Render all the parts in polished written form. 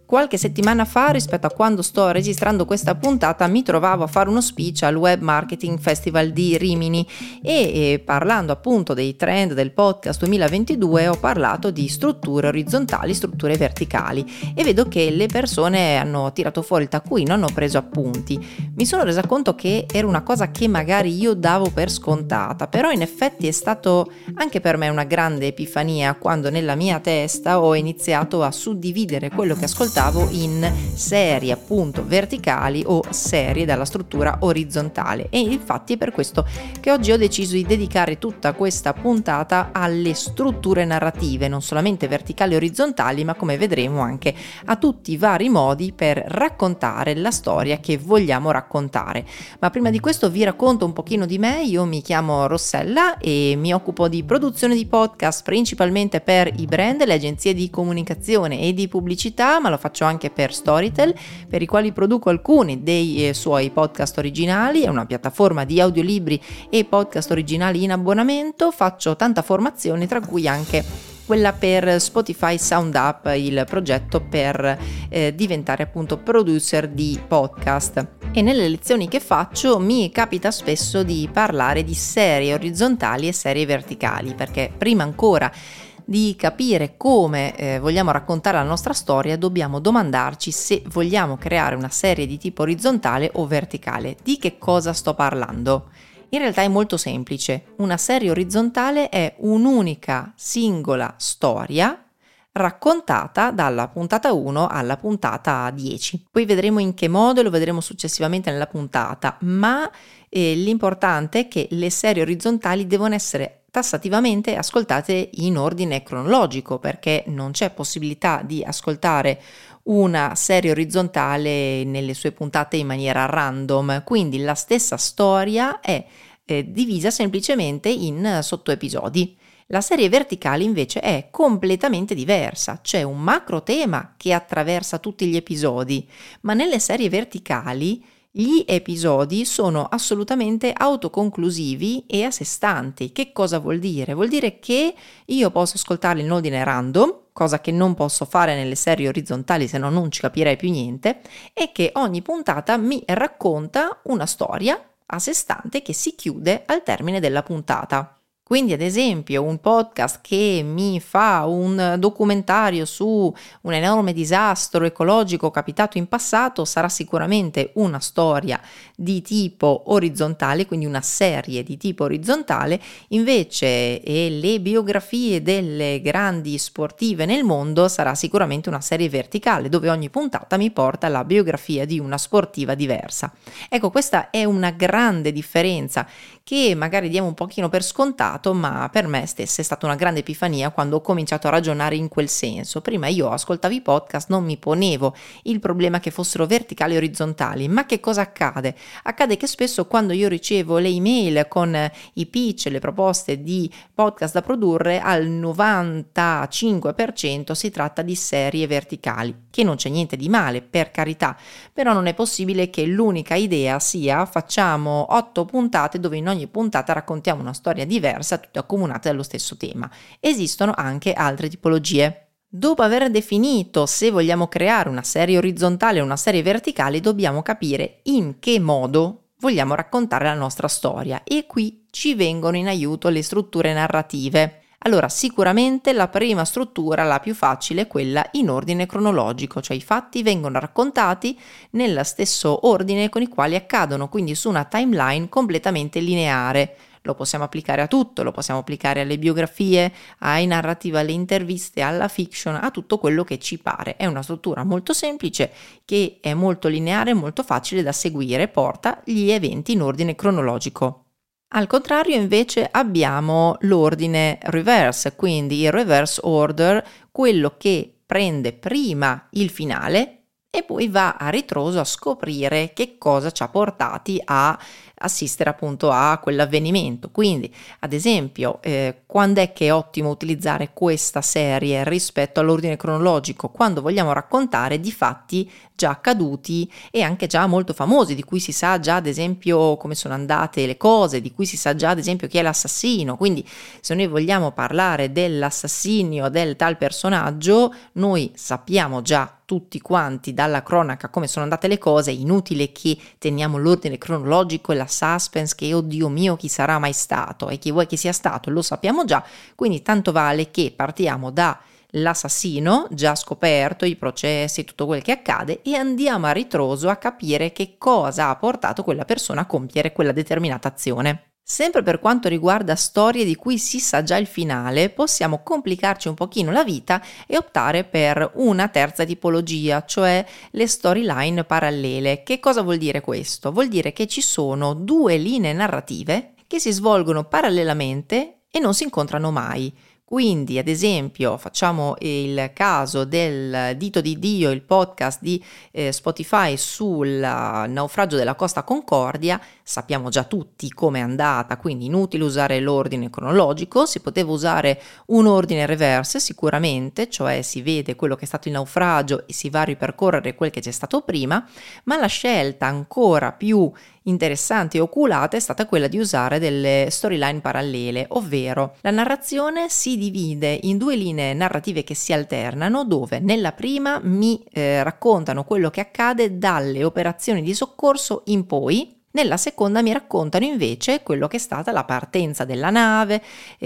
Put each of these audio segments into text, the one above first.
Qualche settimana fa, rispetto a quando sto registrando questa puntata, mi trovavo a fare uno speech al Web Marketing Festival di Rimini e parlando appunto dei trend del podcast 2022 ho parlato di strutture orizzontali, strutture verticali e vedo che le persone hanno tirato fuori il taccuino, hanno preso appunti. Mi sono resa conto che era una cosa che magari io davo per scontata, però in effetti è stato anche per me una grande epifania quando nella mia testa ho iniziato a suddividere quello che ascoltavo in serie appunto verticali o serie dalla struttura orizzontale e infatti è per questo che oggi ho deciso di dedicare tutta questa puntata alle strutture narrative, non solamente verticali e orizzontali, ma come vedremo anche a tutti i vari modi per raccontare la storia che vogliamo raccontare. Ma prima di questo vi racconto un pochino di me. Io mi chiamo Rossella e mi occupo di produzione di podcast principalmente per i brand, le agenzie di comunicazione e di pubblicità, ma lo faccio anche per Storytel, per i quali produco alcuni dei suoi podcast originali. È una piattaforma di audiolibri e podcast originali in abbonamento. Faccio tanta formazione, tra cui anche quella per Spotify Sound Up, il progetto per diventare appunto producer di podcast. E nelle lezioni che faccio mi capita spesso di parlare di serie orizzontali e serie verticali, perché prima ancora di capire come vogliamo raccontare la nostra storia dobbiamo domandarci se vogliamo creare una serie di tipo orizzontale o verticale. Di che cosa sto parlando? In realtà è molto semplice. Una serie orizzontale è un'unica singola storia raccontata dalla puntata 1 alla puntata 10. Poi vedremo in che modo, lo vedremo successivamente nella puntata, ma l'importante è che le serie orizzontali devono essere tassativamente ascoltate in ordine cronologico, perché non c'è possibilità di ascoltare una serie orizzontale nelle sue puntate in maniera random, quindi la stessa storia è divisa semplicemente in sottoepisodi. La serie verticale invece è completamente diversa, c'è un macro tema che attraversa tutti gli episodi, ma nelle serie verticali gli episodi sono assolutamente autoconclusivi e a sé stanti. Che cosa vuol dire? Vuol dire che io posso ascoltarli in ordine random, cosa che non posso fare nelle serie orizzontali, se no non ci capirei più niente, e che ogni puntata mi racconta una storia a sé stante che si chiude al termine della puntata. Quindi ad esempio un podcast che mi fa un documentario su un enorme disastro ecologico capitato in passato sarà sicuramente una storia di tipo orizzontale, quindi una serie di tipo orizzontale, invece le biografie delle grandi sportive nel mondo sarà sicuramente una serie verticale, dove ogni puntata mi porta alla biografia di una sportiva diversa. Ecco, questa è una grande differenza che magari diamo un pochino per scontato, ma per me stessa è stata una grande epifania quando ho cominciato a ragionare in quel senso. Prima io ascoltavo i podcast, non mi ponevo il problema che fossero verticali o orizzontali, ma che cosa accade? Accade che spesso quando io ricevo le email con i pitch, le proposte di podcast da produrre, al 95% si tratta di serie verticali, che non c'è niente di male, per carità, però non è possibile che l'unica idea sia facciamo 8 puntate dove in ogni puntata raccontiamo una storia diversa, tutte accomunate dallo stesso tema. Esistono anche altre tipologie. Dopo aver definito se vogliamo creare una serie orizzontale o una serie verticale, dobbiamo capire in che modo vogliamo raccontare la nostra storia e qui ci vengono in aiuto le strutture narrative. Allora, sicuramente la prima struttura, la più facile, è quella in ordine cronologico, cioè i fatti vengono raccontati nello stesso ordine con i quali accadono, quindi su una timeline completamente lineare. Lo possiamo applicare a tutto, lo possiamo applicare alle biografie, ai narrative, alle interviste, alla fiction, a tutto quello che ci pare. È una struttura molto semplice che è molto lineare, molto facile da seguire, porta gli eventi in ordine cronologico. Al contrario invece abbiamo l'ordine reverse, quindi il reverse order, quello che prende prima il finale e poi va a ritroso a scoprire che cosa ci ha portati a assistere appunto a quell'avvenimento. Quindi ad esempio quando è che è ottimo utilizzare questa serie rispetto all'ordine cronologico? Quando vogliamo raccontare di fatti già accaduti e anche già molto famosi, di cui si sa già ad esempio come sono andate le cose, di cui si sa già ad esempio chi è l'assassino. Quindi se noi vogliamo parlare dell'assassinio del tal personaggio, noi sappiamo già tutti quanti dalla cronaca come sono andate le cose, è inutile che teniamo l'ordine cronologico e la suspense che oddio mio chi sarà mai stato, e chi vuoi che sia stato lo sappiamo già, quindi tanto vale che partiamo dall'assassino già scoperto, i processi, tutto quel che accade, e andiamo a ritroso a capire che cosa ha portato quella persona a compiere quella determinata azione. Sempre per quanto riguarda storie di cui si sa già il finale, possiamo complicarci un pochino la vita e optare per una terza tipologia, cioè le storyline parallele. Che cosa vuol dire questo? Vuol dire che ci sono due linee narrative che si svolgono parallelamente e non si incontrano mai. Quindi, ad esempio, facciamo il caso del Dito di Dio, il podcast di Spotify sul naufragio della Costa Concordia. Sappiamo già tutti com'è andata, quindi inutile usare l'ordine cronologico, si poteva usare un ordine reverse sicuramente, cioè si vede quello che è stato il naufragio e si va a ripercorrere quel che c'è stato prima, ma la scelta ancora più interessante e oculata è stata quella di usare delle storyline parallele, ovvero la narrazione si divide in due linee narrative che si alternano, dove nella prima mi raccontano quello che accade dalle operazioni di soccorso in poi. Nella seconda mi raccontano invece quello che è stata la partenza della nave,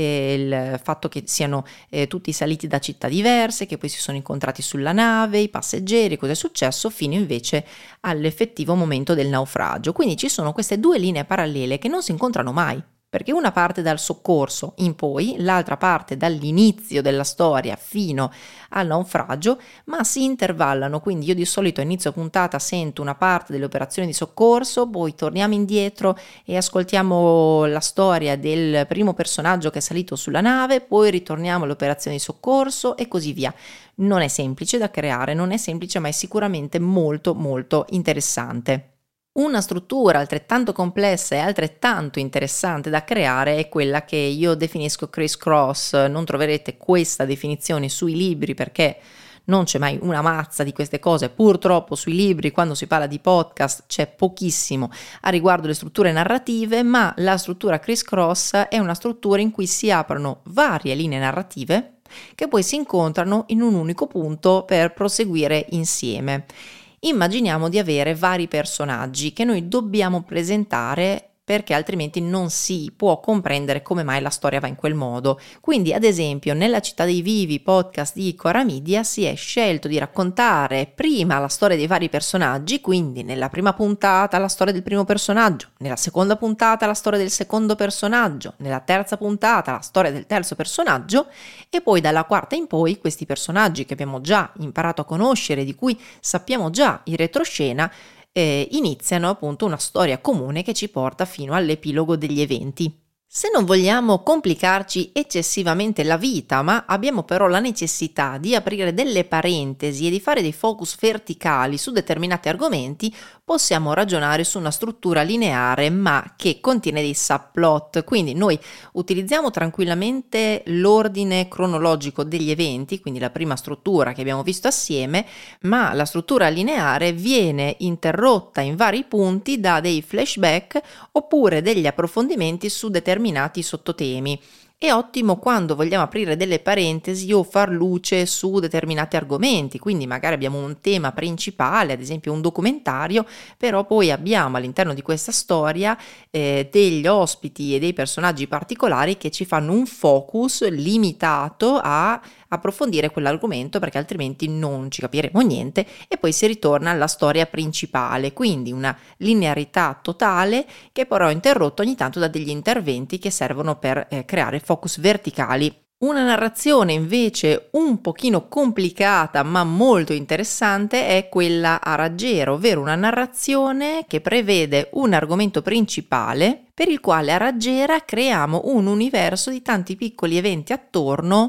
il fatto che siano tutti saliti da città diverse, che poi si sono incontrati sulla nave, i passeggeri, cosa è successo, fino invece all'effettivo momento del naufragio. Quindi ci sono queste due linee parallele che non si incontrano mai, perché una parte dal soccorso in poi, l'altra parte dall'inizio della storia fino al naufragio, ma si intervallano. Quindi io di solito a inizio puntata sento una parte delle operazioni di soccorso, poi torniamo indietro e ascoltiamo la storia del primo personaggio che è salito sulla nave, poi ritorniamo alle operazioni di soccorso e così via. Non è semplice da creare, non è semplice, ma è sicuramente molto molto interessante. Una struttura altrettanto complessa e altrettanto interessante da creare è quella che io definisco criss-cross. Non troverete questa definizione sui libri perché non c'è mai una mazza di queste cose. Purtroppo sui libri, quando si parla di podcast, c'è pochissimo a riguardo le strutture narrative, ma la struttura criss-cross è una struttura in cui si aprono varie linee narrative che poi si incontrano in un unico punto per proseguire insieme. Immaginiamo di avere vari personaggi che noi dobbiamo presentare perché altrimenti non si può comprendere come mai la storia va in quel modo. Quindi, ad esempio, nella Città dei Vivi, podcast di Cora Media, si è scelto di raccontare prima la storia dei vari personaggi, quindi nella prima puntata la storia del primo personaggio, nella seconda puntata la storia del secondo personaggio, nella terza puntata la storia del terzo personaggio, e poi dalla quarta in poi questi personaggi che abbiamo già imparato a conoscere, di cui sappiamo già in retroscena, iniziano appunto una storia comune che ci porta fino all'epilogo degli eventi. Se non vogliamo complicarci eccessivamente la vita, ma abbiamo però la necessità di aprire delle parentesi e di fare dei focus verticali su determinati argomenti, possiamo ragionare su una struttura lineare ma che contiene dei subplot. Quindi noi utilizziamo tranquillamente l'ordine cronologico degli eventi, quindi la prima struttura che abbiamo visto assieme, ma la struttura lineare viene interrotta in vari punti da dei flashback oppure degli approfondimenti su determinati sottotemi. È ottimo quando vogliamo aprire delle parentesi o far luce su determinati argomenti, quindi magari abbiamo un tema principale, ad esempio un documentario, però poi abbiamo all'interno di questa storia degli ospiti e dei personaggi particolari che ci fanno un focus limitato a approfondire quell'argomento, perché altrimenti non ci capiremo niente e poi si ritorna alla storia principale, quindi una linearità totale che però è interrotta ogni tanto da degli interventi che servono per creare focus verticali. Una narrazione invece un pochino complicata ma molto interessante è quella a raggiero, ovvero una narrazione che prevede un argomento principale per il quale a raggiera creiamo un universo di tanti piccoli eventi attorno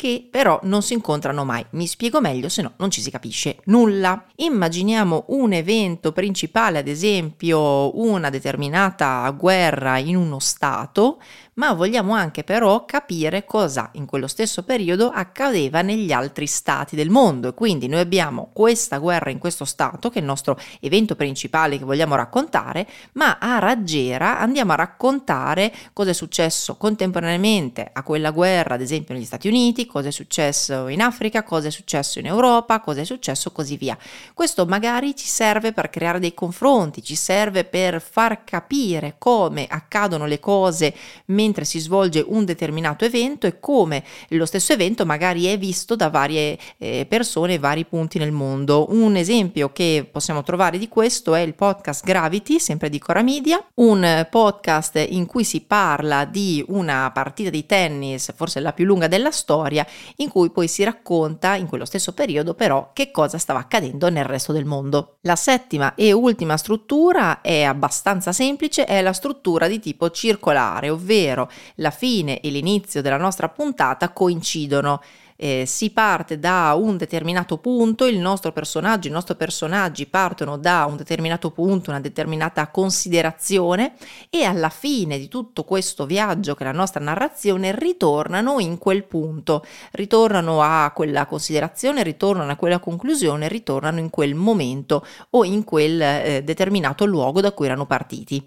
che però non si incontrano mai. Mi spiego meglio, se no non ci si capisce nulla. Immaginiamo un evento principale, ad esempio una determinata guerra in uno stato, ma vogliamo anche però capire cosa in quello stesso periodo accadeva negli altri stati del mondo, e quindi noi abbiamo questa guerra in questo stato, che è il nostro evento principale che vogliamo raccontare, ma a raggiera andiamo a raccontare cosa è successo contemporaneamente a quella guerra, ad esempio negli Stati Uniti, cosa è successo in Africa, cosa è successo in Europa, cosa è successo così via. Questo magari ci serve per creare dei confronti, ci serve per far capire come accadono le cose mentre si svolge un determinato evento e come lo stesso evento magari è visto da varie persone, vari punti nel mondo. Un esempio che possiamo trovare di questo è il podcast Gravity, sempre di Cora Media, un podcast in cui si parla di una partita di tennis, forse la più lunga della storia, in cui poi si racconta in quello stesso periodo però che cosa stava accadendo nel resto del mondo. La settima e ultima struttura è abbastanza semplice, è la struttura di tipo circolare, ovvero la fine e l'inizio della nostra puntata coincidono. Si parte da un determinato punto, i nostri personaggi partono da un determinato punto, una determinata considerazione, e alla fine di tutto questo viaggio che è la nostra narrazione ritornano in quel punto, ritornano a quella considerazione, ritornano a quella conclusione, ritornano in quel momento o in quel determinato luogo da cui erano partiti.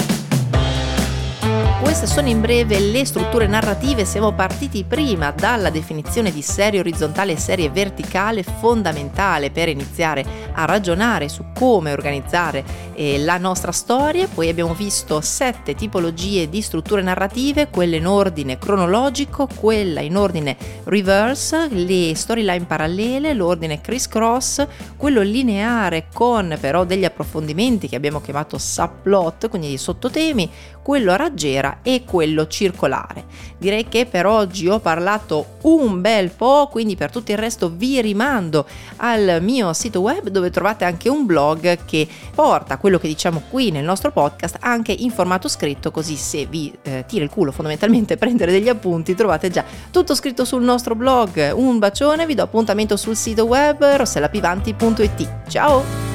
Queste sono in breve le strutture narrative. Siamo partiti prima dalla definizione di serie orizzontale e serie verticale, fondamentale per iniziare a ragionare su come organizzare la nostra storia. Poi abbiamo visto 7 tipologie di strutture narrative, quelle in ordine cronologico, quella in ordine reverse, le storyline parallele, l'ordine criss-cross, quello lineare con però degli approfondimenti che abbiamo chiamato subplot, quindi dei sottotemi, quello a raggiera e quello circolare. Direi che per oggi ho parlato un bel po', quindi per tutto il resto vi rimando al mio sito web, dove trovate anche un blog che porta quello che diciamo qui nel nostro podcast anche in formato scritto, così se vi tira il culo fondamentalmente prendere degli appunti trovate già tutto scritto sul nostro blog. Un bacione, vi do appuntamento sul sito web rossellapivanti.it. Ciao!